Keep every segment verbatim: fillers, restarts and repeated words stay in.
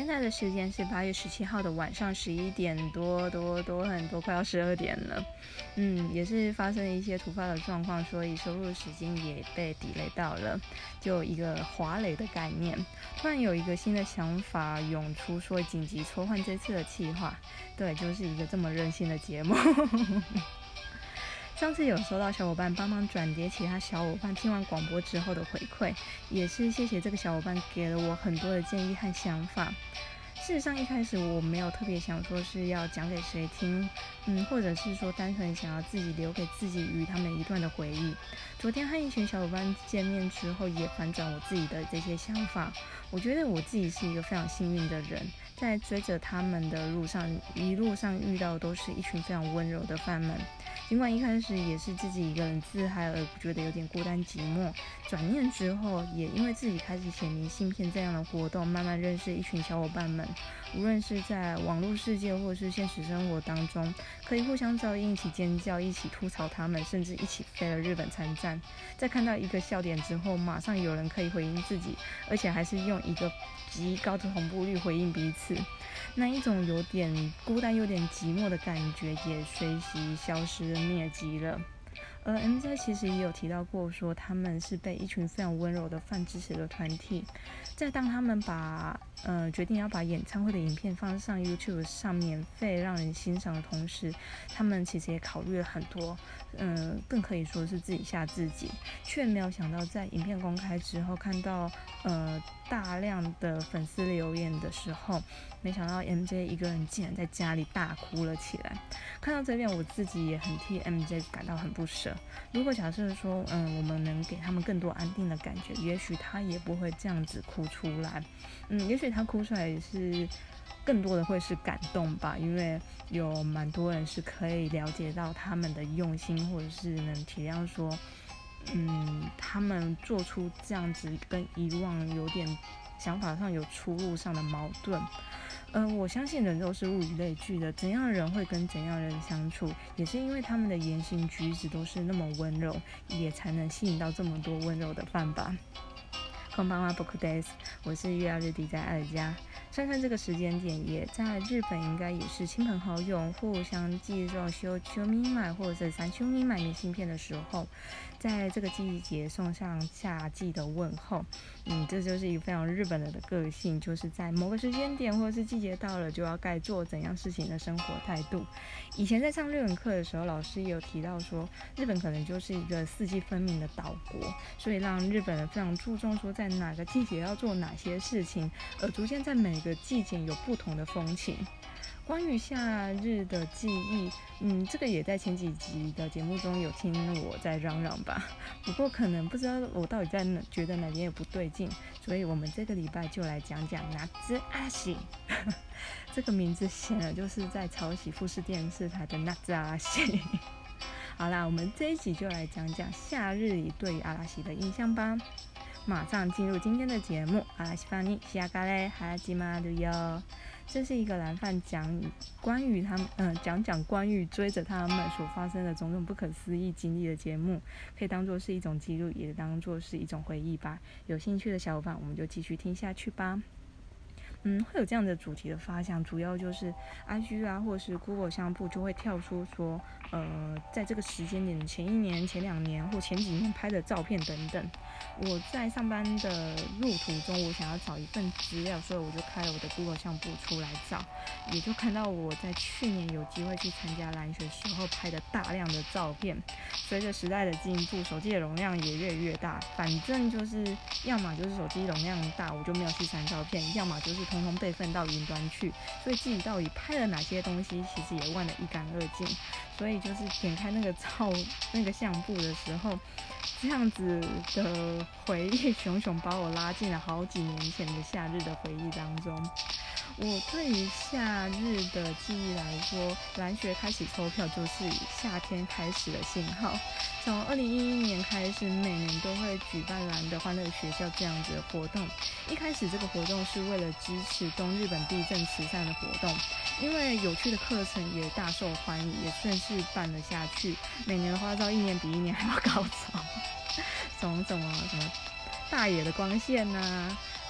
现在的时间是八月十七号的晚上十一点多多多很多，快要十二点了。嗯，也是发生了一些突发的状况，所以收录时间也被 delay 到了，就一个滑垒的概念。突然有一个新的想法涌出，说紧急抽换这次的企划，对，就是一个这么任性的节目。上次有收到小伙伴帮忙转接其他小伙伴听完广播之后的回馈，也是谢谢这个小伙伴给了我很多的建议和想法。事实上一开始我没有特别想说是要讲给谁听，嗯，或者是说单纯想要自己留给自己与他们一段的回忆。昨天和一群小伙伴见面之后，也反转我自己的这些想法。我觉得我自己是一个非常幸运的人，在追着他们的路上，一路上遇到都是一群非常温柔的饭们。尽管一开始也是自己一个人自嗨而觉得有点孤单寂寞，转念之后也因为自己开始写明信片这样的活动，慢慢认识一群小伙伴们。无论是在网络世界或是现实生活当中，可以互相照应，一起尖叫，一起吐槽他们，甚至一起飞了日本参战。在看到一个笑点之后，马上有人可以回应自己，而且还是用一个极高的同步率回应彼此。那一种有点孤单、有点寂寞的感觉也随即消失灭迹了。而 M J 其实也有提到过，说他们是被一群非常温柔的饭支持的团体。在当他们把呃决定要把演唱会的影片放上 YouTube 上免费让人欣赏的同时，他们其实也考虑了很多，嗯、呃，更可以说是自己吓自己，却没有想到在影片公开之后，看到呃大量的粉丝留言的时候，没想到 M J 一个人竟然在家里大哭了起来。看到这边，我自己也很替 M J 感到很不舍。如果假设说，嗯，我们能给他们更多安定的感觉，也许他也不会这样子哭出来。嗯，也许他哭出来也是更多的会是感动吧，因为有蛮多人是可以了解到他们的用心，或者是能体谅说，嗯，他们做出这样子跟以往有点想法上有出入上的矛盾。呃，我相信人都是物以类聚的，怎样的人会跟怎样的人相处，也是因为他们的言行举止都是那么温柔，也才能吸引到这么多温柔的饭吧。こんばんは、僕です。我是月曜日底在爱尔家。算算这个时间点，也在日本应该也是亲朋好友互相寄送修修米买或者是三修米买明信片的时候，在这个季节送上夏季的问候。嗯，这就是一个非常日本人的个性，就是在某个时间点或者是季节到了，就要该做怎样事情的生活态度。以前在上日文课的时候，老师也有提到说，日本可能就是一个四季分明的岛国，所以让日本人非常注重说在哪个季节要做哪些事情，而逐渐在每个季节有不同的风情。关于夏日的记忆，嗯，这个也在前几集的节目中有听我在嚷嚷吧。不过可能不知道我到底在哪觉得哪边也不对劲，所以我们这个礼拜就来讲讲夏阿喜。这个名字显然就是在抄袭富士电视台的夏阿喜。好啦，我们这一集就来讲讲夏日里对于阿拉西的印象吧。马上进入今天的节目，阿拉西法尼西亚嘎嘞哈拉吉马鲁哟。这是一个蓝饭讲关于他们，嗯，讲讲关于追着他们所发生的种种不可思议经历的节目，可以当作是一种记录，也当作是一种回忆吧。有兴趣的小伙伴，我们就继续听下去吧。嗯，会有这样的主题的发想，主要就是 I G 啊，或者是 Google 相簿就会跳出说，呃，在这个时间点，前一年、前两年或前几年拍的照片等等。我在上班的路途中，我想要找一份资料，所以我就开了我的 Google 相簿出来找，也就看到我在去年有机会去参加蓝学时候拍的大量的照片。随着时代的进步，手机的容量也越来越大，反正就是要么就是手机容量大，我就没有去删照片，要么就是通通备份到云端去，所以自己到底拍了哪些东西，其实也忘得一干二净。所以就是点开那个照那个相簿的时候，这样子的回忆熊熊把我拉进了好几年前的夏日的回忆当中。我对于夏日的记忆来说，蓝学开始抽票就是以夏天开始的信号。从二零一一年开始，每年都会举办蓝的欢乐学校这样子的活动。一开始这个活动是为了支持东日本地震慈善的活动，因为有趣的课程也大受欢迎，也顺势办了下去。每年的花招一年比一年还要高超，从什么什么大野的光线啊，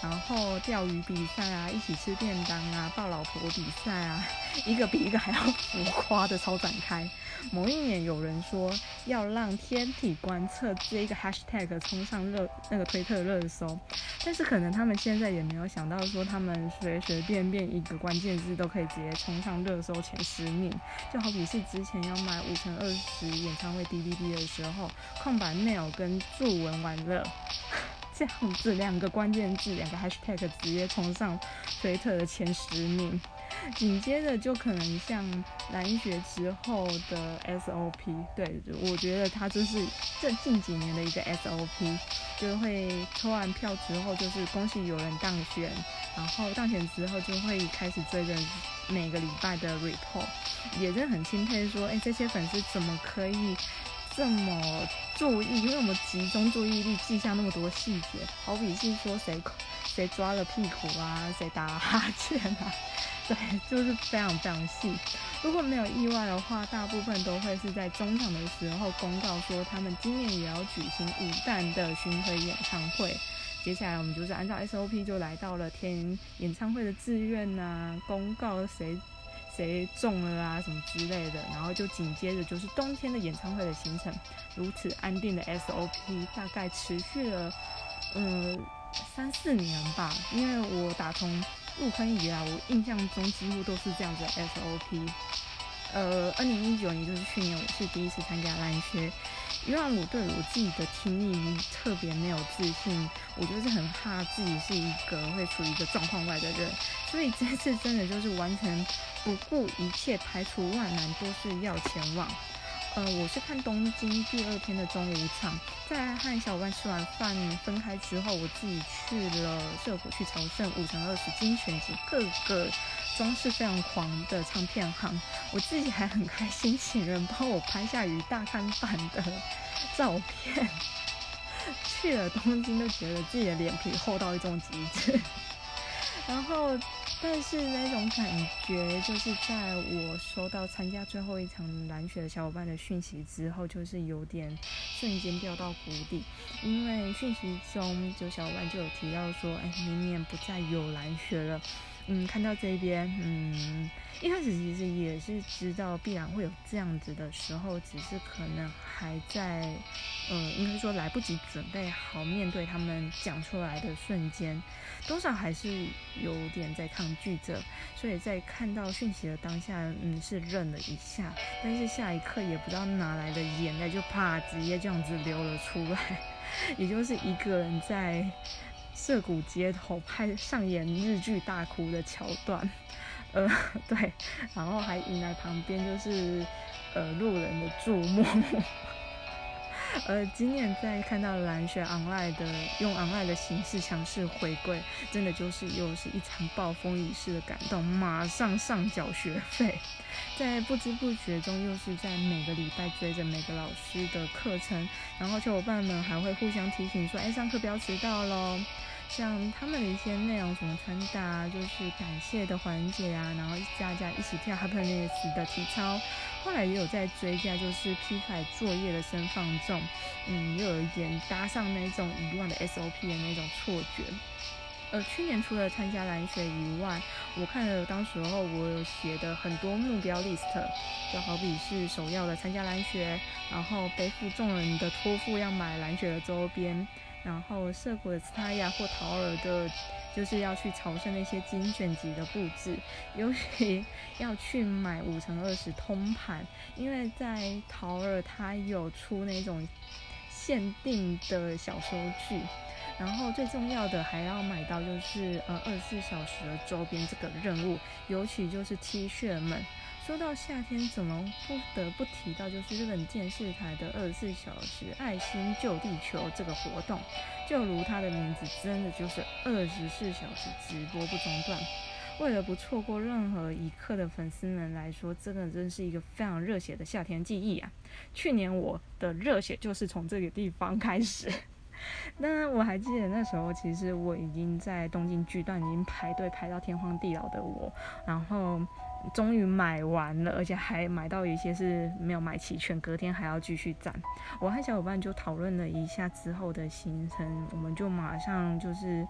然后钓鱼比赛啊，一起吃便当啊，抱老婆比赛啊，一个比一个还要浮夸的超展开。某一年有人说要让天体观测这个 hashtag 冲上热那个推特热搜，但是可能他们现在也没有想到说他们随随便便一个关键字都可以直接冲上热搜前十名，就好比是之前要买五乘二十演唱会 D V D 的时候，空白 mail 跟注文完了。这样子两个关键字，两个 hashtag 直接冲上推特的前十名，紧接着就可能像蓝学之后的 S O P， 对，我觉得它就是这近几年的一个 S O P， 就会抽完票之后就是恭喜有人当选，然后当选之后就会开始追着每个礼拜的 report， 也真的很钦佩说，哎，这些粉丝怎么可以这么注意，因为我们集中注意力记下那么多细节，好比是说谁谁抓了屁股啊，谁打了哈欠啊，对，就是非常非常细。如果没有意外的话，大部分都会是在中场的时候公告说他们今年也要举行五弹的巡回演唱会。接下来我们就是按照 S O P 就来到了填演唱会的志愿啊，公告谁谁中了啊什么之类的，然后就紧接着就是冬天的演唱会的行程。如此安定的 S O P 大概持续了嗯三四年吧，因为我打从入坑以来，我印象中几乎都是这样子的 S O P。呃，二零一九年就是去年，我是第一次参加蓝学，因为我对我自己的听力特别没有自信，我就是很怕自己是一个会处于一个状况外的人，所以这次真的就是完全不顾一切，排除万难都是要前往。呃，我是看东京第二天的中午场，在和小伙伴吃完饭分开之后，我自己去了涩谷去朝圣五乘二十精选集各个装饰非常狂的唱片行，我自己还很开心，请人帮我拍下与大看板的照片。去了东京都觉得自己的脸皮厚到一种极致，然后但是那种感觉就是在我收到参加最后一场蓝雪的小伙伴的讯息之后，就是有点瞬间掉到谷底，因为讯息中就小伙伴就有提到说，哎，明年不再有蓝雪了。嗯，看到这边，嗯，一开始其实也是知道必然会有这样子的时候，只是可能还在，呃，应该说来不及准备好面对他们讲出来的瞬间，多少还是有点在抗拒着，所以在看到讯息的当下，嗯，是愣了一下，但是下一刻也不知道哪来的眼泪，就啪直接这样子流了出来，也就是一个人在涩谷街头拍上演日剧大哭的桥段，呃，对，然后还迎来旁边就是呃路人的注目。呃，今年在看到蓝雪 online 的用 online 的形式强势回归，真的就是又是一场暴风雨式的感动，马上上缴学费，在不知不觉中又是在每个礼拜追着每个老师的课程，然后小伙伴们还会互相提醒说，哎，上课不要迟到咯。像他们的一些内容，什么穿搭，就是感谢的环节啊，然后大家一起跳 happiness 的体操，后来也有在追加，就是批改作业的声放纵，嗯，又有一点搭上那种遗忘的 S O P 的那种错觉。呃，去年除了参加蓝雪以外，我看了当时候我有写的很多目标 list， 就好比是首要的参加蓝雪，然后背负众人的托付要买蓝雪的周边，然后涩谷的斯塔亚或桃儿的就是要去朝圣那些精选集的布置，尤其要去买五乘二十通盘，因为在桃儿它有出那种限定的小收据，然后最重要的还要买到就是呃二十四小时的周边这个任务，尤其就是 T 恤们。说到夏天，怎么不得不提到就是日本电视台的二十四小时爱心救地球这个活动，就如它的名字，真的就是二十四小时直播不中断。为了不错过任何一刻的粉丝们来说，这个真是一个非常热血的夏天记忆啊！去年我的热血就是从这个地方开始。那我还记得那时候，其实我已经在东京巨蛋已经排队排到天荒地老的我，然后终于买完了，而且还买到一些是没有买齐全，隔天还要继续站。我和小伙伴就讨论了一下之后的行程，我们就马上就是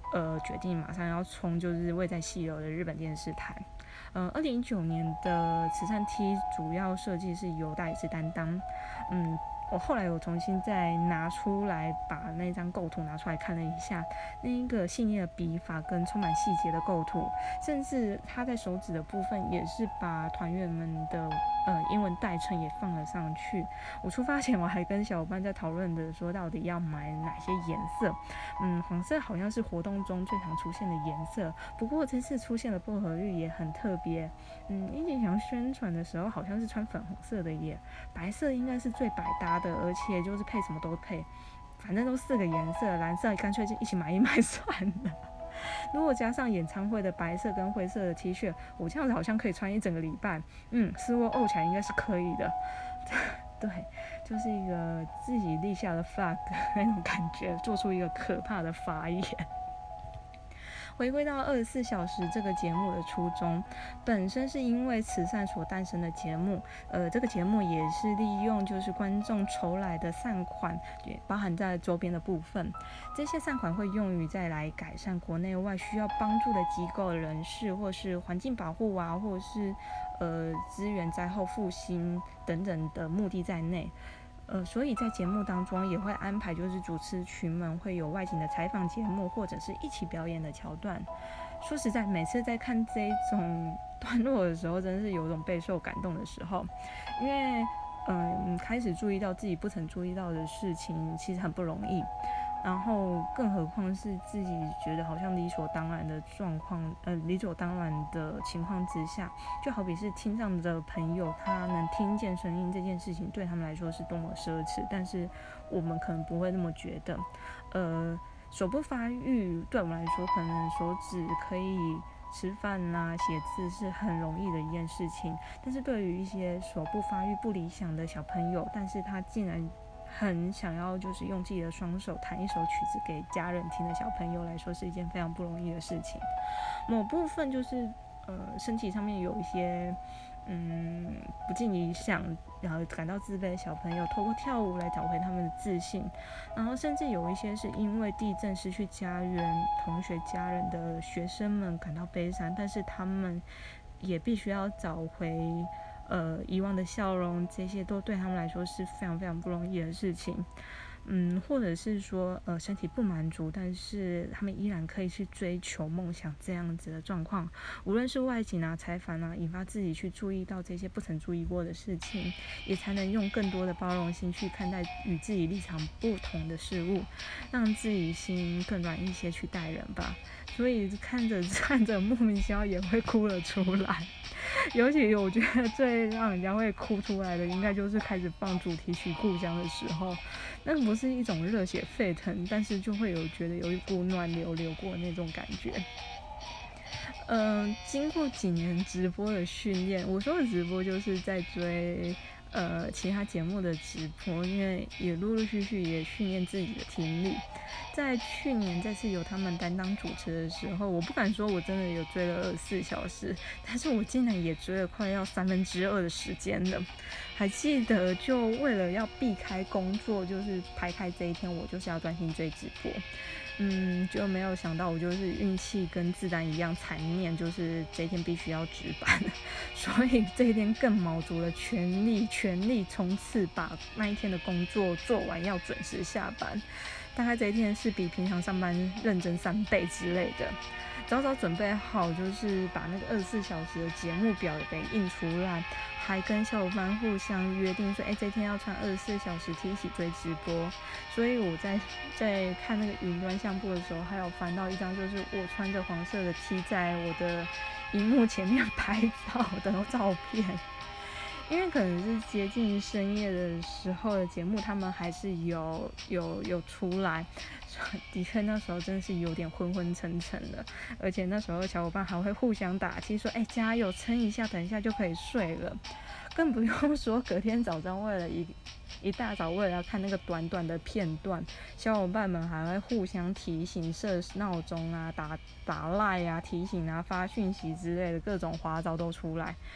呃决定马上要冲就是位在西楼的日本电视台。呃，二零一九年的慈善 T 主要设计是由大理石担当，嗯。我后来有重新再拿出来，把那张构图拿出来看了一下，那一个细腻的笔法跟充满细节的构图，甚至他在手指的部分也是把团员们的呃英文代称也放了上去。我出发前我还跟小伙伴在讨论的说，到底要买哪些颜色。嗯，黄色好像是活动中最常出现的颜色，不过这次出现的薄荷绿也很特别。嗯，殷景祥宣传的时候好像是穿粉红色的耶，白色应该是最百搭的，而且就是配什么都配，反正都四个颜色，蓝色干脆就一起买一买算了。如果加上演唱会的白色跟灰色的 T 恤，我这样子好像可以穿一整个礼拜。嗯，似乎沤起来应该是可以的。对，就是一个自己立下的 flag 那种感觉，做出一个可怕的发言。回归到二十四小时这个节目的初衷，本身是因为慈善所诞生的节目，呃，这个节目也是利用就是观众筹来的善款，也包含在周边的部分，这些善款会用于再来改善国内外需要帮助的机构人士，或是环境保护啊，或是呃资源灾后复兴等等的目的在内。呃，所以在节目当中也会安排，就是主持群们会有外景的采访节目，或者是一起表演的桥段。说实在，每次在看这种段落的时候，真的是有种备受感动的时候，因为嗯，开始注意到自己不曾注意到的事情，其实很不容易。然后，更何况是自己觉得好像理所当然的状况，呃，理所当然的情况之下，就好比是听障的朋友，他能听见声音这件事情，对他们来说是多么奢侈，但是我们可能不会那么觉得。呃，手部发育对我们来说，可能手指可以吃饭啊、写字是很容易的一件事情，但是对于一些手部发育不理想的小朋友，但是他竟然很想要就是用自己的双手弹一首曲子给家人听的小朋友来说，是一件非常不容易的事情。某部分就是呃身体上面有一些嗯不尽理想，然后感到自卑的小朋友，透过跳舞来找回他们的自信。然后甚至有一些是因为地震失去家园、同学、家人的学生们感到悲伤，但是他们也必须要找回呃遗忘的笑容，这些都对他们来说是非常非常不容易的事情。嗯，或者是说呃身体不满足，但是他们依然可以去追求梦想这样子的状况。无论是外景啊、采访啊，引发自己去注意到这些不曾注意过的事情，也才能用更多的包容心去看待与自己立场不同的事物，让自己心更软一些去待人吧。所以看着看着莫名其妙也会哭了出来。尤其我觉得最让人家会哭出来的，应该就是开始放主题曲《故乡》的时候，那不是一种热血沸腾，但是就会有觉得有一股暖流流过那种感觉。嗯、呃，经过几年直播的训练，我说的直播就是在追呃其他节目的直播，因为也陆陆续续也训练自己的听力。在去年这次由他们担当主持的时候，我不敢说我真的有追了二十四小时，但是我竟然也追了快要三分之二的时间了。还记得就为了要避开工作，就是排开这一天，我就是要专心追直播。嗯，就没有想到我就是运气跟自然一样惨念，就是这一天必须要值班，所以这一天更卯足了全力全力冲刺，把那一天的工作做完，要准时下班。大概这一天是比平常上班认真三倍之类的，早早准备好，就是把那个二十四小时的节目表给印出来，还跟小伙伴互相约定说，哎，这天要穿二十四小时 T 一起追直播。所以我在在看那个云端相簿的时候，还有翻到一张，就是我穿着黄色的 T 在我的荧幕前面拍照的照片。因为可能是接近深夜的时候的节目，他们还是有有有出来，的确那时候真的是有点昏昏沉沉的，而且那时候小伙伴还会互相打气说，哎，加油，撑一下，等一下就可以睡了。更不用说隔天早上为了一一大早为了要看那个短短的片段，小伙伴们还会互相提醒、设闹钟啊、打打赖啊、提醒啊、发讯息之类的各种花招都出来。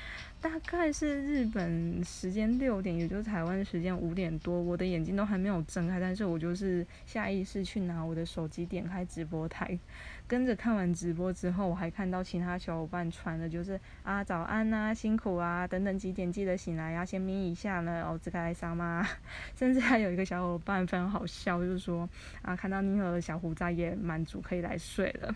大概是日本时间六点，也就是台湾时间五点多，我的眼睛都还没有睁开，但是我就是下意识去拿我的手机点开直播台，跟着看完直播之后，我还看到其他小伙伴传的就是啊早安啊辛苦啊等等几点记得醒来呀、啊，先眯一下呢，哦，这个来杀吗？甚至还有一个小伙伴非常好笑，就是说啊看到妮儿的小胡渣也满足，可以来睡了。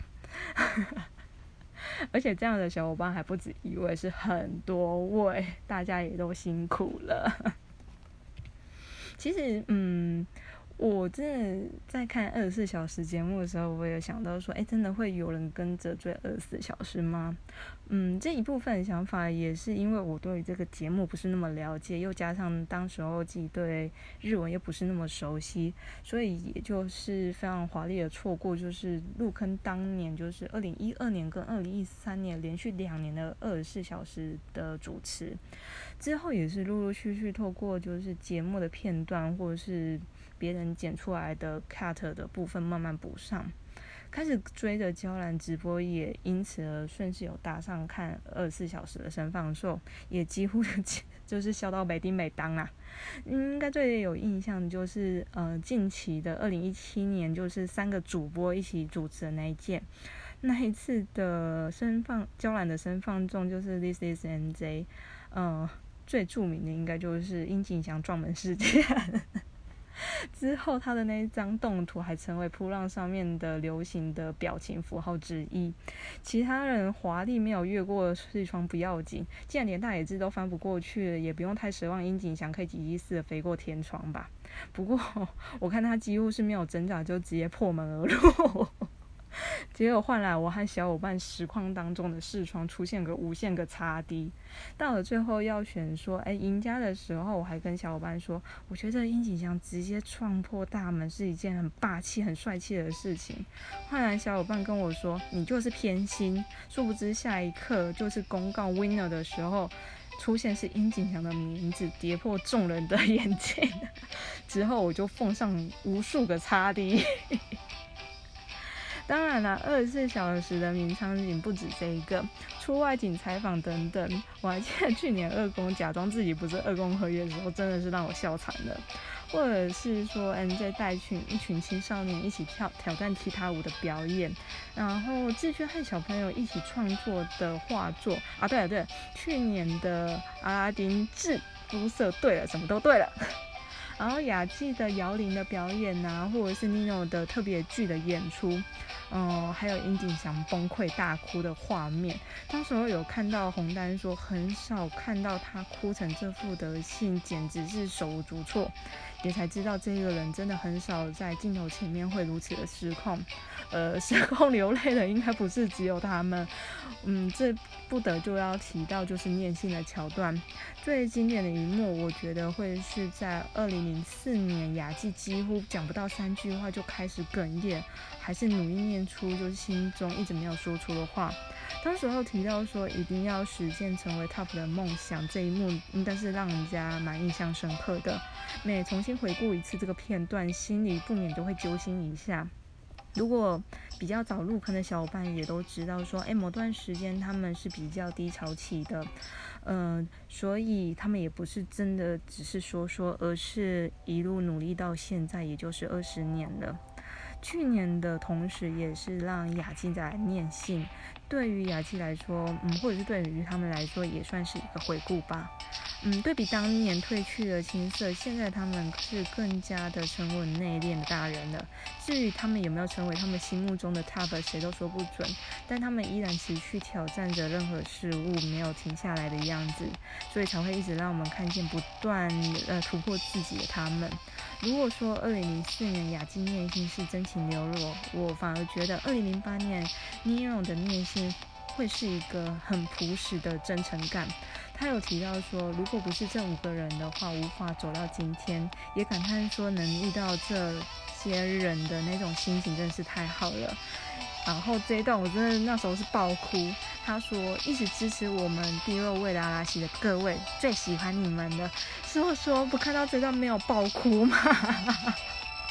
而且这样的小伙伴还不止一位，是很多位，大家也都辛苦了。其实，嗯，我真的在看二十四小时节目的时候，我也想到说，哎，真的会有人跟着追二十四小时吗？嗯，这一部分的想法也是因为我对于这个节目不是那么了解，又加上当时候自己对日文又不是那么熟悉，所以也就是非常华丽的错过，就是入坑当年就是二零一二年跟二零一三年连续两年的二十四小时的主持，之后也是陆陆续续透过就是节目的片段或者是别人剪出来的 cut 的部分慢慢补上。开始追着娇兰直播，也因此而顺势有搭上看二十四小时的生放送，也几乎就是笑到没丁没当啦。应该最有印象就是呃近期的二零一七年，就是三个主播一起主持的那一届，那一次的生放娇兰的生放送就是 This is N J， 呃最著名的应该就是樱井翔撞门事件。之后他的那一张动图还成为噗浪上面的流行的表情符号之一。其他人华丽没有越过视窗不要紧，既然连大野智都翻不过去了，也不用太奢望樱井翔可以奇迹似的飞过天窗吧。不过我看他几乎是没有挣扎就直接破门而入。结果换来我和小伙伴实况当中的视窗出现个无限个差 D。 到了最后要选说哎赢家的时候，我还跟小伙伴说，我觉得樱井翔直接撞破大门是一件很霸气很帅气的事情。换来小伙伴跟我说你就是偏心，殊不知下一刻就是公告 winner 的时候，出现是樱井翔的名字，跌破众人的眼睛。之后我就奉上无数个差 D。当然啦，二十四小时的名场景不止这一个，出外景采访等等。我还记得去年二宫假装自己不是二宫和也的时候，真的是让我笑惨了。或者是说 N J 带群一群青少年一起跳挑战踢踏舞的表演，然后志轩和小朋友一起创作的画作啊，对了对了，去年的阿拉丁制肤色对了，什么都对了。然后雅纪的摇铃的表演啊，或者是 Nino 的特别剧的演出，嗯，还有樱井翔崩溃大哭的画面。当时候有看到红丹说，很少看到他哭成这副德性，简直是手无足措。也才知道这个人真的很少在镜头前面会如此的失控。呃，失控流泪的应该不是只有他们。嗯，这不得就要提到就是念信的桥段。最经典的一幕，我觉得会是在二零零四年，雅纪几乎讲不到三句话就开始哽咽，还是努力念出就是心中一直没有说出的话。当时候提到说一定要实现成为 top 的梦想，这一幕应该是让人家蛮印象深刻的。每重新回顾一次这个片段，心里不免都会揪心一下。如果比较早入坑的小伙伴也都知道说，哎，某段时间他们是比较低潮期的，嗯、呃，所以他们也不是真的只是说说，而是一路努力到现在，也就是二十年了。去年的同时也是让雅纪在念信，对于雅纪来说，嗯，或者是对于他们来说，也算是一个回顾吧。嗯，对比当年褪去了青涩，现在他们是更加的沉稳内敛的大人了。至于他们有没有成为他们心目中的 top， 谁都说不准，但他们依然持续挑战着任何事物，没有停下来的样子，所以才会一直让我们看见不断呃突破自己的他们。如果说二零零四年雅纪念信是真情流露，我反而觉得二零零八年 Nero 的念信会是一个很朴实的真诚感。他有提到说，如果不是这五个人的话，无法走到今天，也感叹说能遇到这些人的那种心情真的是太好了。然后这一段我真的那时候是爆哭，他说一直支持我们第二位的阿拉西的各位，最喜欢你们的。说说不看到这段没有爆哭吗？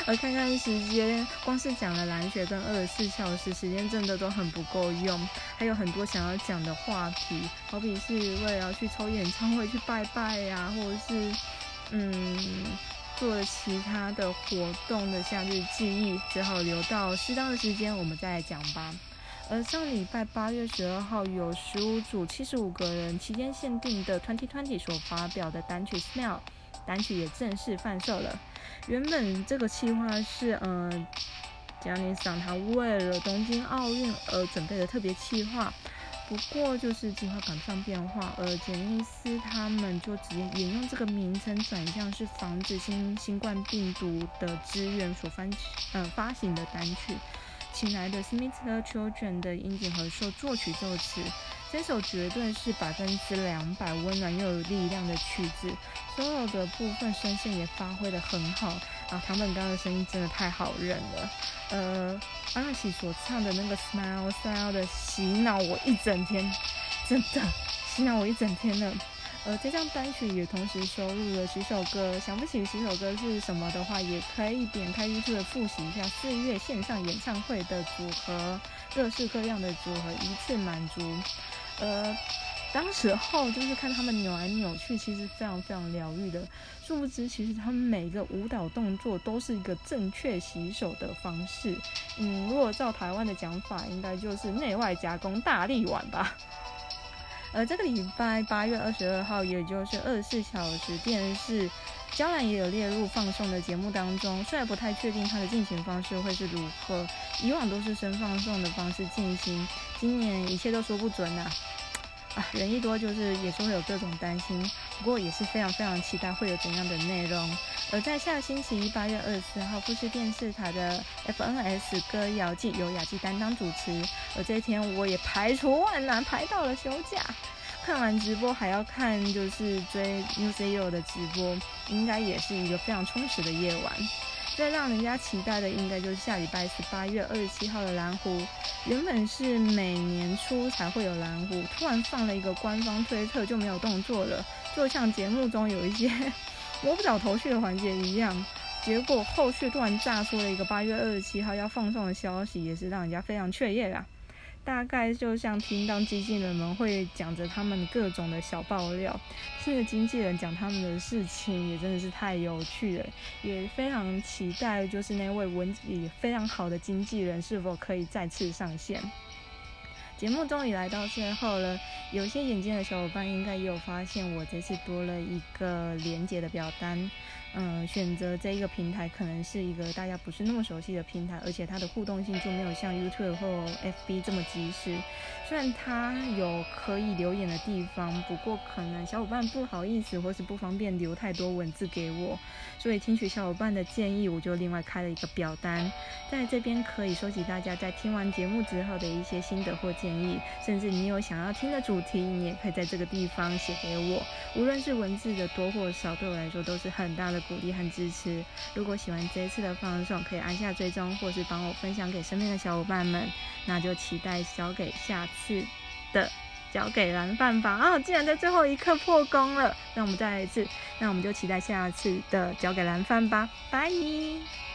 而看看时间，光是讲了蓝雪跟二十四小时，时间真的都很不够用，还有很多想要讲的话题，好比是为了要去抽演唱会去拜拜呀、啊，或者是嗯做了其他的活动的夏日记忆，只好留到适当的时间我们再来讲吧。而上礼拜八月十二号有十五组七十五个人期间限定的二零二零所发表的单曲 Smell 单曲也正式贩售了。原本这个企划是呃嘉妮桑他为了东京奥运而准备的特别企划，不过就是计划赶不上变化，而杰尼斯他们就直接沿用这个名称转向是防止新新冠病毒的支援所发呃发行的单曲。请来的 Smith Children 的樱井和寿作曲作词，这首绝对是百分之两百温暖又有力量的曲子，所有的部分声线也发挥得很好啊！唐本刚的声音真的太好认了，呃，阿拉西所唱的那个 Smile Smile 的洗脑我一整天，真的洗脑我一整天了。呃，这张单曲也同时收录了十首歌，想不起十首歌是什么的话，也可以点开 YouTube 复习一下四月线上演唱会的组合，各式各样的组合一次满足。呃，当时候就是看他们扭来扭去，其实非常非常疗愈的。殊不知，其实他们每个舞蹈动作都是一个正确洗手的方式。嗯，如果照台湾的讲法，应该就是内外夹攻大力丸吧。而这个礼拜八月二十二号，也就是二十四小时电视，娇兰也有列入放送的节目当中。虽然不太确定它的进行方式会是如何，以往都是生放送的方式进行，今年一切都说不准啊！啊，人一多就是也是会有各种担心，不过也是非常非常期待会有怎样的内容。而在下星期一八月二十四号，富士电视台的 F N S 歌谣季由雅纪担当主持，而这一天我也排除万难排到了休假。看完直播还要看就是追 New Zero 的直播，应该也是一个非常充实的夜晚。最让人家期待的应该就是下礼拜是八月二十七号的蓝湖，原本是每年初才会有蓝湖，突然放了一个官方推特就没有动作了，就像节目中有一些摸不着头绪的环节一样。结果后续突然炸出了一个八月二十七号要放送的消息，也是让人家非常雀跃啦。大概就像听到经纪人们会讲着他们各种的小爆料，听着经纪人讲他们的事情也真的是太有趣了，也非常期待就是那位文笔非常好的经纪人是否可以再次上线。节目终于来到最后了，有些眼尖的小伙伴应该也有发现我这次多了一个连结的表单。嗯，选择这一个平台可能是一个大家不是那么熟悉的平台，而且它的互动性就没有像 YouTube 或 F B 这么及时。虽然它有可以留言的地方，不过可能小伙伴不好意思或是不方便留太多文字给我，所以听取小伙伴的建议，我就另外开了一个表单，在这边可以收集大家在听完节目之后的一些心得或建议，甚至你有想要听的主题，你也可以在这个地方写给我，无论是文字的多或少，对我来说都是很大的鼓励和支持。如果喜欢这一次的放送，可以按下追踪，或是帮我分享给身边的小伙伴们，那就期待交给下次的交给蓝饭吧。啊，竟然在最后一刻破功了，那我们再来一次，那我们就期待下次的交给蓝饭吧，拜。